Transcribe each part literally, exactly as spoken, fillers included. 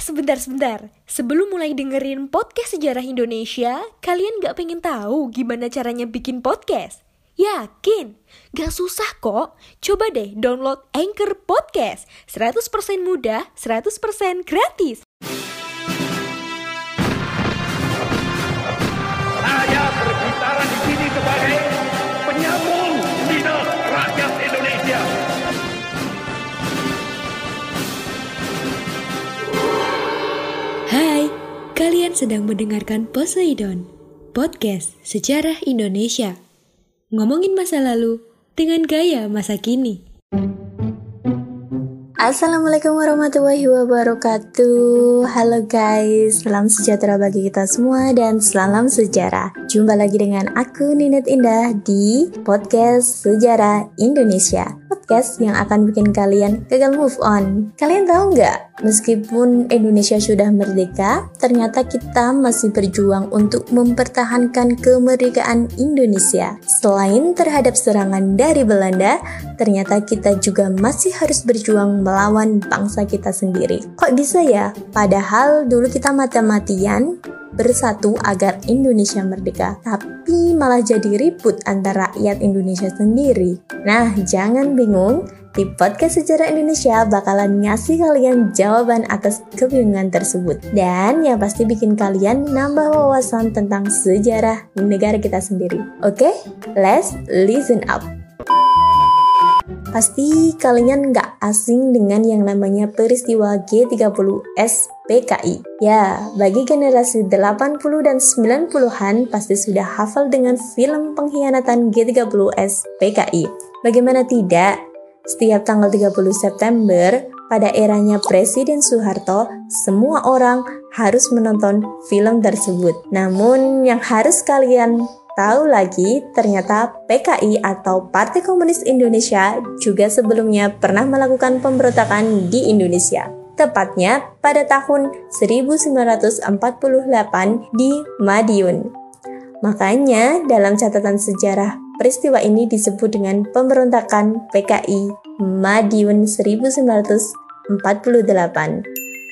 sebentar-sebentar. Sebelum mulai dengerin podcast sejarah Indonesia, kalian gak pengen tahu gimana caranya bikin podcast? Yakin? Gak susah kok. Coba deh download Anchor Podcast. seratus persen mudah, seratus persen gratis. Saya berbicara di sini sebagai penyambung lidah rakyat Indonesia. Hai, kalian sedang mendengarkan Poseidon, podcast sejarah Indonesia. Ngomongin masa lalu dengan gaya masa kini. Assalamualaikum warahmatullahi wabarakatuh. Halo guys, salam sejahtera bagi kita semua dan salam sejarah. Jumpa lagi dengan aku Ninit Indah di podcast Sejarah Indonesia, podcast yang akan bikin kalian gagal move on. Kalian tahu nggak, meskipun Indonesia sudah merdeka, ternyata kita masih berjuang untuk mempertahankan kemerdekaan Indonesia. Selain terhadap serangan dari Belanda, ternyata kita juga masih harus berjuang melawan bangsa kita sendiri. Kok bisa ya? Padahal dulu kita mati-matian bersatu agar Indonesia merdeka, tapi malah jadi ribut antara rakyat Indonesia sendiri. Nah, jangan bingung, di podcast Sejarah Indonesia bakalan ngasih kalian jawaban atas kebingungan tersebut. Dan yang pasti bikin kalian nambah wawasan tentang sejarah negara kita sendiri. Oke, let's listen up. Pasti kalian gak asing dengan yang namanya peristiwa G tiga puluh S P K I. Ya, bagi generasi delapan puluh dan sembilan puluhan pasti sudah hafal dengan film pengkhianatan G tiga puluh S P K I. Bagaimana tidak? Setiap tanggal tiga puluh September, pada eranya Presiden Soeharto, semua orang harus menonton film tersebut. Namun yang harus kalian tahu lagi, ternyata P K I atau Partai Komunis Indonesia juga sebelumnya pernah melakukan pemberontakan di Indonesia. Tepatnya pada tahun seribu sembilan ratus empat puluh delapan di Madiun. Makanya dalam catatan sejarah peristiwa ini disebut dengan pemberontakan P K I Madiun seribu sembilan ratus empat puluh delapan.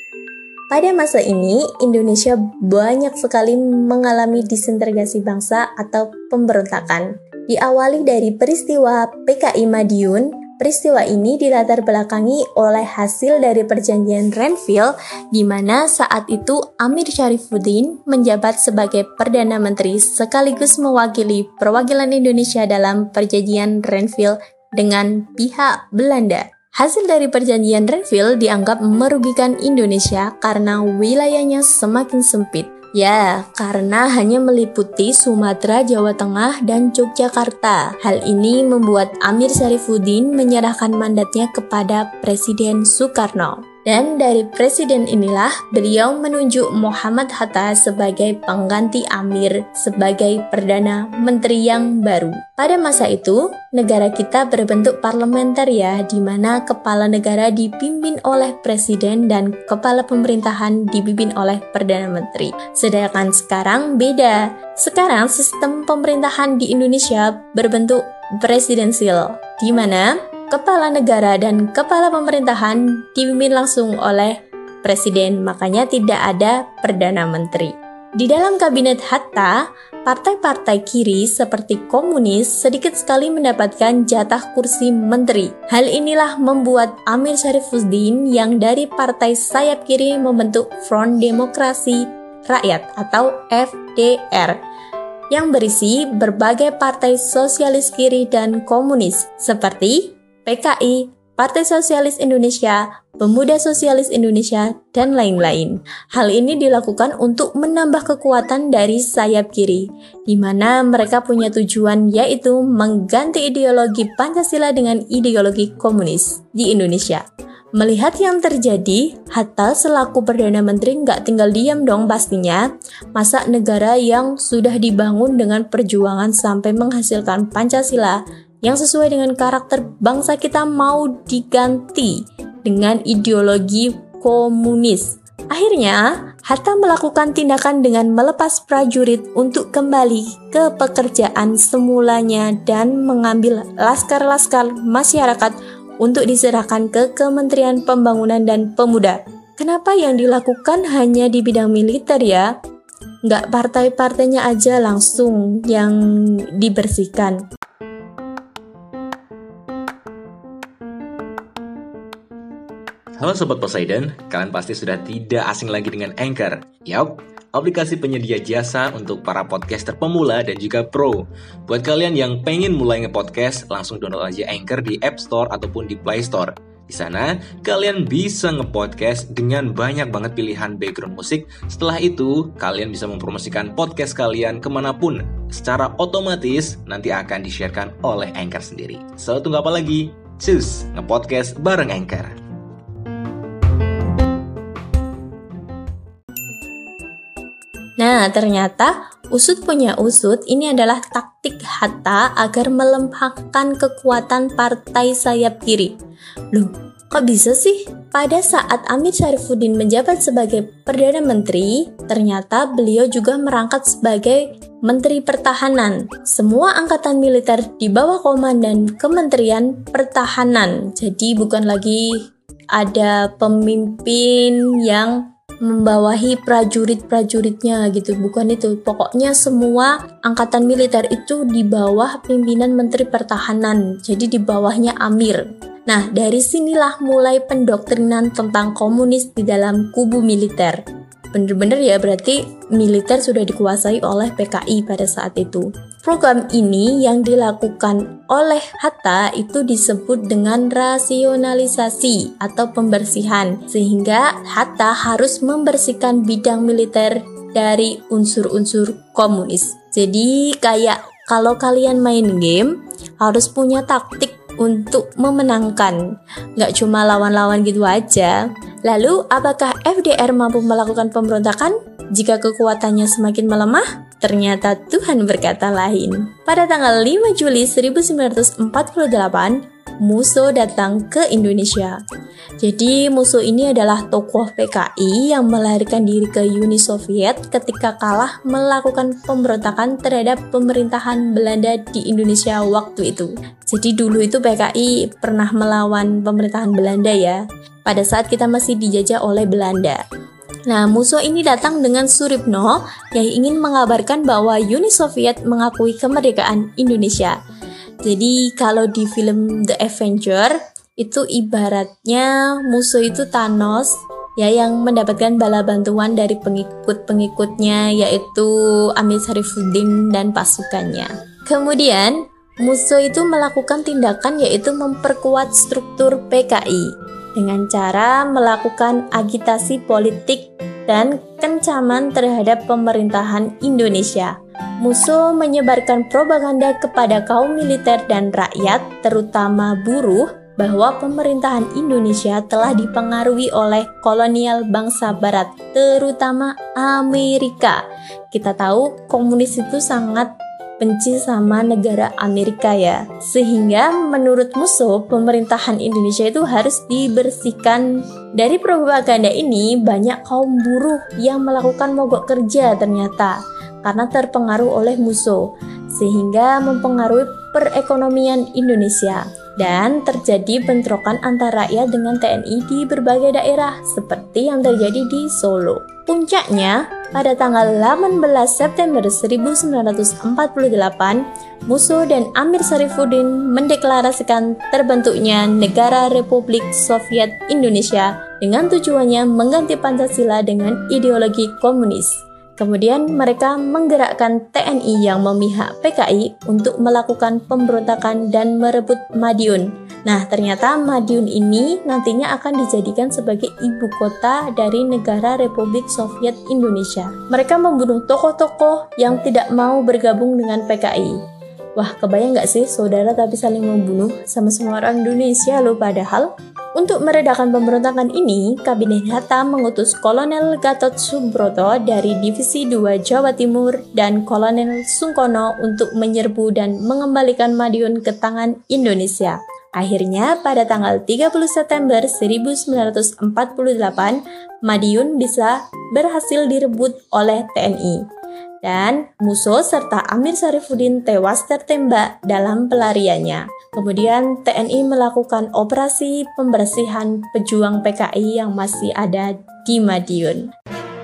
Pada masa ini, Indonesia banyak sekali mengalami disintegrasi bangsa atau pemberontakan. Diawali dari peristiwa P K I Madiun, peristiwa ini dilatar belakangi oleh hasil dari perjanjian Renville, di mana saat itu Amir Syarifuddin menjabat sebagai Perdana Menteri sekaligus mewakili perwakilan Indonesia dalam perjanjian Renville dengan pihak Belanda. Hasil dari perjanjian Renville dianggap merugikan Indonesia karena wilayahnya semakin sempit. Ya, karena hanya meliputi Sumatera, Jawa Tengah, dan Yogyakarta. Hal ini membuat Amir Syarifuddin menyerahkan mandatnya kepada Presiden Soekarno. Dan dari presiden inilah beliau menunjuk Muhammad Hatta sebagai pengganti Amir sebagai Perdana Menteri yang baru. Pada masa itu, negara kita berbentuk parlementer ya, di mana kepala negara dipimpin oleh presiden dan kepala pemerintahan dipimpin oleh Perdana Menteri. Sedangkan sekarang beda. Sekarang sistem pemerintahan di Indonesia berbentuk presidensial, di mana kepala negara dan kepala pemerintahan dipimpin langsung oleh presiden, makanya tidak ada Perdana Menteri. Di dalam kabinet Hatta, partai-partai kiri seperti komunis sedikit sekali mendapatkan jatah kursi menteri. Hal inilah membuat Amir Syarifuddin yang dari partai sayap kiri membentuk Front Demokrasi Rakyat atau F D R yang berisi berbagai partai sosialis kiri dan komunis seperti P K I, Partai Sosialis Indonesia, Pemuda Sosialis Indonesia, dan lain-lain. Hal ini dilakukan untuk menambah kekuatan dari sayap kiri, di mana mereka punya tujuan yaitu mengganti ideologi Pancasila dengan ideologi komunis di Indonesia. Melihat yang terjadi, Hatta selaku Perdana Menteri nggak tinggal diam dong pastinya. Masa negara yang sudah dibangun dengan perjuangan sampai menghasilkan Pancasila yang sesuai dengan karakter bangsa kita mau diganti dengan ideologi komunis. Akhirnya, Hatta melakukan tindakan dengan melepas prajurit untuk kembali ke pekerjaan semulanya dan mengambil laskar-laskar masyarakat untuk diserahkan ke Kementerian Pembangunan dan Pemuda. kenapa yang dilakukan hanya di bidang militer ya? Nggak partai-partainya aja langsung yang dibersihkan. Halo Sobat Poseidon, kalian pasti sudah tidak asing lagi dengan Anchor. Yap, aplikasi penyedia jasa untuk para podcaster pemula dan juga pro. Buat kalian yang pengen mulai nge-podcast, langsung download aja Anchor di App Store ataupun di Play Store. Di sana, kalian bisa nge-podcast dengan banyak banget pilihan background musik. Setelah itu, kalian bisa mempromosikan podcast kalian kemanapun. Secara otomatis, nanti akan di-sharekan oleh Anchor sendiri. So, tunggu apa lagi? Cus, nge-podcast bareng Anchor. Nah, ternyata usut punya usut, ini adalah taktik Hatta agar melempahkan kekuatan partai sayap kiri. Loh, kok bisa sih? Pada saat Amir Syarifuddin menjabat sebagai Perdana Menteri, ternyata beliau juga merangkap sebagai Menteri Pertahanan. Semua angkatan militer di bawah komandan Kementerian Pertahanan. Jadi bukan lagi ada pemimpin yang membawahi prajurit-prajuritnya gitu, bukan itu. Pokoknya semua angkatan militer itu di bawah pimpinan Menteri Pertahanan, jadi di bawahnya Amir. Nah, dari sinilah mulai pendoktrinan tentang komunis di dalam kubu militer. Bener-bener ya, berarti militer sudah dikuasai oleh P K I pada saat itu. Program ini yang dilakukan oleh Hatta itu disebut dengan rasionalisasi atau pembersihan, sehingga Hatta harus membersihkan bidang militer dari unsur-unsur komunis. Jadi kayak kalau kalian main game harus punya taktik untuk memenangkan, nggak cuma lawan-lawan gitu aja. Lalu, apakah F D R mampu melakukan pemberontakan jika kekuatannya semakin melemah? Ternyata Tuhan berkata lain. Pada tanggal lima Juli seribu sembilan ratus empat puluh delapan, Musso datang ke Indonesia. Jadi Musso ini adalah tokoh P K I yang melarikan diri ke Uni Soviet ketika kalah melakukan pemberontakan terhadap pemerintahan Belanda di Indonesia waktu itu. Jadi dulu itu P K I pernah melawan pemerintahan Belanda ya, pada saat kita masih dijajah oleh Belanda. Nah, Musso ini datang dengan Suripno yang ingin mengabarkan bahwa Uni Soviet mengakui kemerdekaan Indonesia. Jadi kalau di film The Avenger itu ibaratnya Musso itu Thanos ya, yang mendapatkan bala bantuan dari pengikut-pengikutnya yaitu Amir Syarifuddin dan pasukannya. Kemudian Musso itu melakukan tindakan yaitu memperkuat struktur P K I dengan cara melakukan agitasi politik dan kencaman terhadap pemerintahan Indonesia. Musso menyebarkan propaganda kepada kaum militer dan rakyat, terutama buruh, bahwa pemerintahan Indonesia telah dipengaruhi oleh kolonial bangsa Barat, terutama Amerika. Kita tahu komunis itu sangat benci sama negara Amerika ya, sehingga menurut Musso pemerintahan Indonesia itu harus dibersihkan. Dari propaganda ini banyak kaum buruh yang melakukan mogok kerja ternyata karena terpengaruh oleh Musso, sehingga mempengaruhi perekonomian Indonesia dan terjadi bentrokan antara rakyat dengan T N I di berbagai daerah seperti yang terjadi di Solo. Puncaknya, pada tanggal delapan belas September seribu sembilan ratus empat puluh delapan, Musso dan Amir Syarifuddin mendeklarasikan terbentuknya Negara Republik Soviet Indonesia dengan tujuannya mengganti Pancasila dengan ideologi komunis. Kemudian mereka menggerakkan T N I yang memihak P K I untuk melakukan pemberontakan dan merebut Madiun. Nah, ternyata Madiun ini nantinya akan dijadikan sebagai ibu kota dari negara Republik Soviet Indonesia. Mereka membunuh tokoh-tokoh yang tidak mau bergabung dengan P K I. Wah, kebayang gak sih saudara tapi saling membunuh sama semua orang Indonesia loh padahal? Untuk meredakan pemberontakan ini, Kabinet Hatta mengutus Kolonel Gatot Subroto dari Divisi dua Jawa Timur dan Kolonel Sungkono untuk menyerbu dan mengembalikan Madiun ke tangan Indonesia. Akhirnya, pada tanggal tiga puluh September seribu sembilan ratus empat puluh delapan, Madiun bisa berhasil direbut oleh T N I. Dan Musso serta Amir Syarifuddin tewas tertembak dalam pelariannya. Kemudian T N I melakukan operasi pembersihan pejuang P K I yang masih ada di Madiun.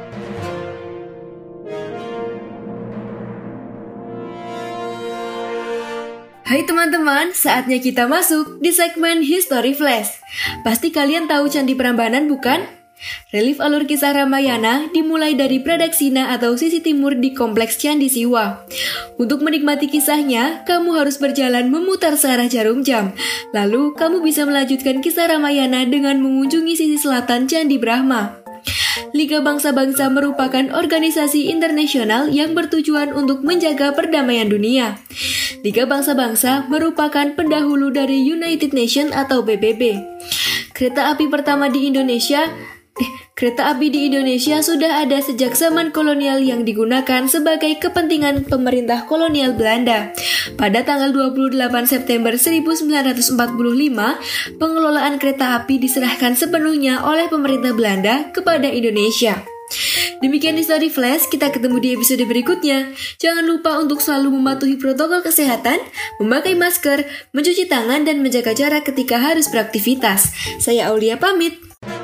Hai teman-teman, saatnya kita masuk di segmen History Flash. Pasti kalian tahu Candi Prambanan bukan? Relief alur kisah Ramayana dimulai dari Pradaksina atau sisi timur di Kompleks Candi Siwa. Untuk menikmati kisahnya, kamu harus berjalan memutar searah jarum jam. Lalu, kamu bisa melanjutkan kisah Ramayana dengan mengunjungi sisi selatan Candi Brahma. Liga Bangsa-Bangsa merupakan organisasi internasional yang bertujuan untuk menjaga perdamaian dunia. Liga Bangsa-Bangsa merupakan pendahulu dari United Nations atau P B B. Kereta api pertama di Indonesia Eh, kereta api di Indonesia sudah ada sejak zaman kolonial yang digunakan sebagai kepentingan pemerintah kolonial Belanda. Pada tanggal dua puluh delapan September seribu sembilan ratus empat puluh lima, pengelolaan kereta api diserahkan sepenuhnya oleh pemerintah Belanda kepada Indonesia. Demikian History Flash, kita ketemu di episode berikutnya. Jangan lupa untuk selalu mematuhi protokol kesehatan, memakai masker, mencuci tangan, dan menjaga jarak ketika harus beraktivitas. Saya Aulia pamit.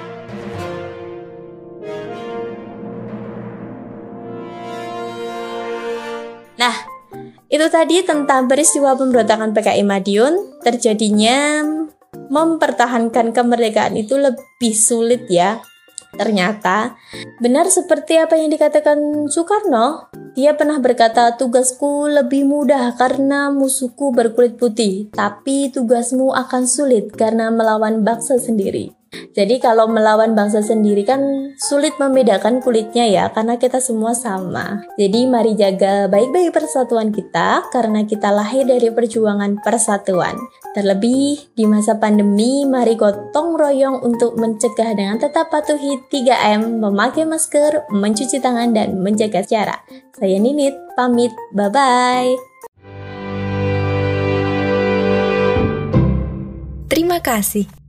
Nah, itu tadi tentang peristiwa pemberontakan P K I Madiun. Terjadinya mempertahankan kemerdekaan itu lebih sulit ya. Ternyata benar seperti apa yang dikatakan Soekarno. Dia pernah berkata, tugasku lebih mudah karena musuhku berkulit putih, tapi tugasmu akan sulit karena melawan bangsa sendiri. Jadi kalau melawan bangsa sendiri kan sulit membedakan kulitnya ya, karena kita semua sama. Jadi mari jaga baik-baik persatuan kita, karena kita lahir dari perjuangan persatuan. Terlebih di masa pandemi, mari gotong royong untuk mencegah dengan tetap patuhi tiga M, memakai masker, mencuci tangan, dan menjaga jarak. Saya Ninit, pamit, bye-bye. Terima kasih.